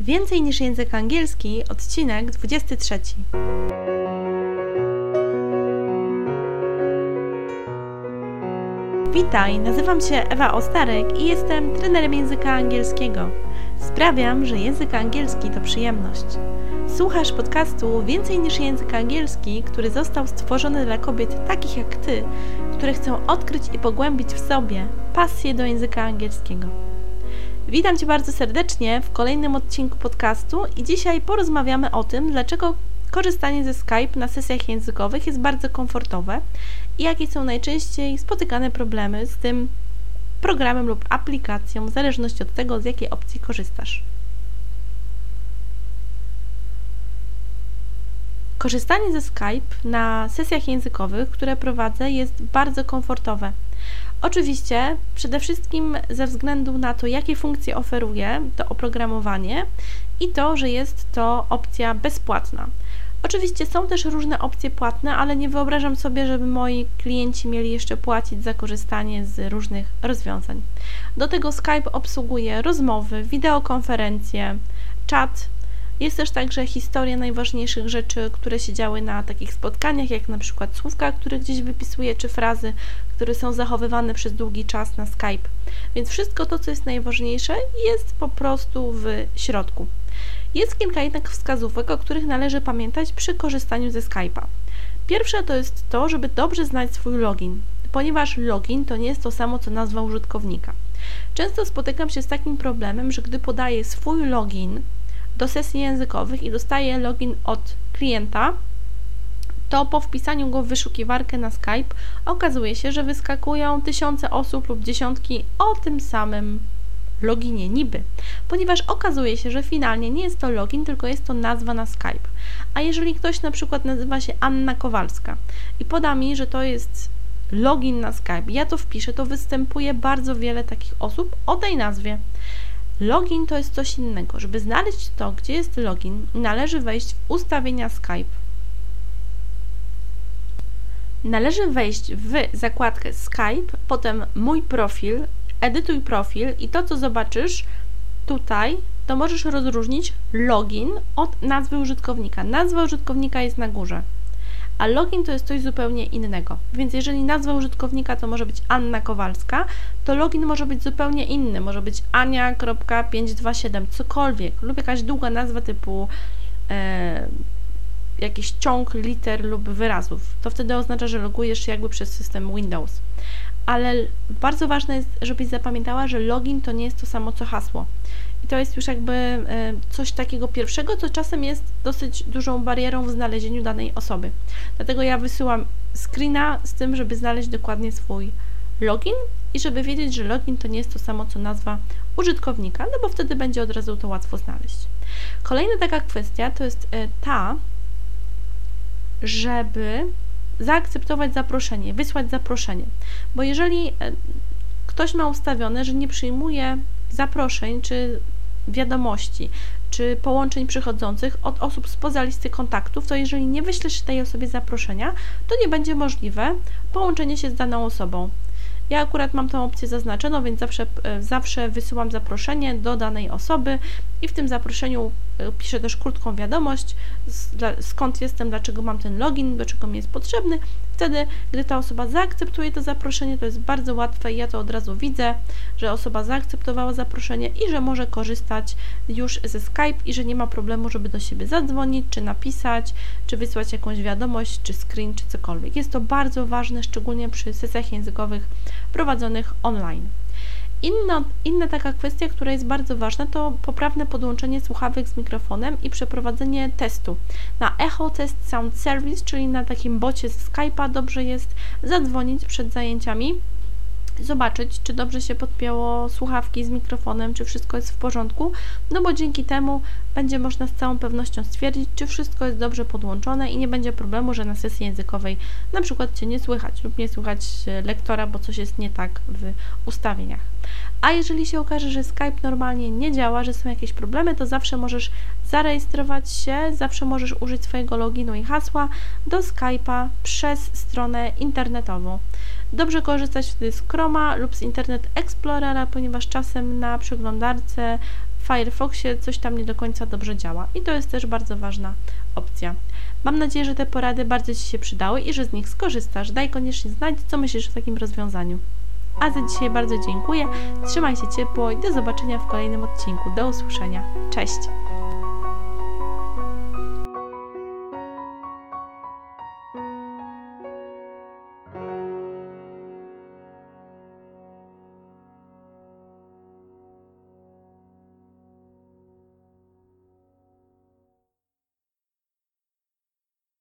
Więcej niż język angielski, odcinek 23. Witaj, nazywam się Ewa Ostarek i jestem trenerem języka angielskiego. Sprawiam, że język angielski to przyjemność. Słuchasz podcastu Więcej niż język angielski, który został stworzony dla kobiet takich jak Ty, które chcą odkryć i pogłębić w sobie pasję do języka angielskiego. Witam Cię bardzo serdecznie w kolejnym odcinku podcastu i dzisiaj porozmawiamy o tym, dlaczego korzystanie ze Skype na sesjach językowych jest bardzo komfortowe i jakie są najczęściej spotykane problemy z tym programem lub aplikacją, w zależności od tego, z jakiej opcji korzystasz. Korzystanie ze Skype na sesjach językowych, które prowadzę, jest bardzo komfortowe. Oczywiście przede wszystkim ze względu na to, jakie funkcje oferuje to oprogramowanie i to, że jest to opcja bezpłatna. Oczywiście są też różne opcje płatne, ale nie wyobrażam sobie, żeby moi klienci mieli jeszcze płacić za korzystanie z różnych rozwiązań. Do tego Skype obsługuje rozmowy, wideokonferencje, czat. Jest też także historia najważniejszych rzeczy, które się działy na takich spotkaniach, jak na przykład słówka, które gdzieś wypisuję, czy frazy, które są zachowywane przez długi czas na Skype. Więc wszystko to, co jest najważniejsze, jest po prostu w środku. Jest kilka jednak wskazówek, o których należy pamiętać przy korzystaniu ze Skype'a. Pierwsze to jest to, żeby dobrze znać swój login, ponieważ login to nie jest to samo, co nazwa użytkownika. Często spotykam się z takim problemem, że gdy podaję swój login do sesji językowych i dostaję login od klienta, to po wpisaniu go w wyszukiwarkę na Skype okazuje się, że wyskakują tysiące osób lub dziesiątki o tym samym loginie niby, ponieważ okazuje się, że finalnie nie jest to login, tylko jest to nazwa na Skype. A jeżeli ktoś na przykład nazywa się Anna Kowalska i poda mi, że to jest login na Skype, ja to wpiszę, to występuje bardzo wiele takich osób o tej nazwie. Login to jest coś innego. Żeby znaleźć to, gdzie jest login, należy wejść w ustawienia Skype. Należy wejść w zakładkę Skype, potem mój profil, edytuj profil i to, co zobaczysz tutaj, to możesz rozróżnić login od nazwy użytkownika. Nazwa użytkownika jest na górze, a login to jest coś zupełnie innego. Więc jeżeli nazwa użytkownika to może być Anna Kowalska, to login może być zupełnie inny. Może być Ania.527, cokolwiek, lub jakaś długa nazwa typu jakiś ciąg liter lub wyrazów. To wtedy oznacza, że logujesz się jakby przez system Windows. Ale bardzo ważne jest, żebyś zapamiętała, że login to nie jest to samo co hasło. I to jest już jakby coś takiego pierwszego, co czasem jest dosyć dużą barierą w znalezieniu danej osoby. Dlatego ja wysyłam screena z tym, żeby znaleźć dokładnie swój login i żeby wiedzieć, że login to nie jest to samo co nazwa użytkownika, no bo wtedy będzie od razu to łatwo znaleźć. Kolejna taka kwestia to jest ta, żeby zaakceptować zaproszenie, wysłać zaproszenie, bo jeżeli ktoś ma ustawione, że nie przyjmuje zaproszeń, czy wiadomości, czy połączeń przychodzących od osób spoza listy kontaktów, to jeżeli nie wyślesz tej osobie zaproszenia, to nie będzie możliwe połączenie się z daną osobą. Ja akurat mam tę opcję zaznaczoną, więc zawsze wysyłam zaproszenie do danej osoby i w tym zaproszeniu piszę też krótką wiadomość, skąd jestem, dlaczego mam ten login, do czego mi jest potrzebny. Wtedy, gdy ta osoba zaakceptuje to zaproszenie, to jest bardzo łatwe i ja to od razu widzę, że osoba zaakceptowała zaproszenie i że może korzystać już ze Skype i że nie ma problemu, żeby do siebie zadzwonić, czy napisać, czy wysłać jakąś wiadomość, czy screen, czy cokolwiek. Jest to bardzo ważne, szczególnie przy sesjach językowych prowadzonych online. Inna taka kwestia, która jest bardzo ważna, to poprawne podłączenie słuchawek z mikrofonem i przeprowadzenie testu. Na Echo Test Sound Service, czyli na takim bocie z Skype'a, dobrze jest zadzwonić przed zajęciami, zobaczyć, czy dobrze się podpięło słuchawki z mikrofonem, czy wszystko jest w porządku, no bo dzięki temu będzie można z całą pewnością stwierdzić, czy wszystko jest dobrze podłączone i nie będzie problemu, że na sesji językowej na przykład Cię nie słychać lub nie słychać lektora, bo coś jest nie tak w ustawieniach. A jeżeli się okaże, że Skype normalnie nie działa, że są jakieś problemy, to zawsze możesz zarejestrować się, zawsze możesz użyć swojego loginu i hasła do Skype'a przez stronę internetową. Dobrze korzystać wtedy z Chroma lub z Internet Explorera, ponieważ czasem na przeglądarce Firefoxie coś tam nie do końca dobrze działa i to jest też bardzo ważna opcja. Mam nadzieję, że te porady bardzo Ci się przydały i że z nich skorzystasz. Daj koniecznie znać, co myślisz o takim rozwiązaniu. A za dzisiaj bardzo dziękuję, trzymaj się ciepło i do zobaczenia w kolejnym odcinku. Do usłyszenia. Cześć!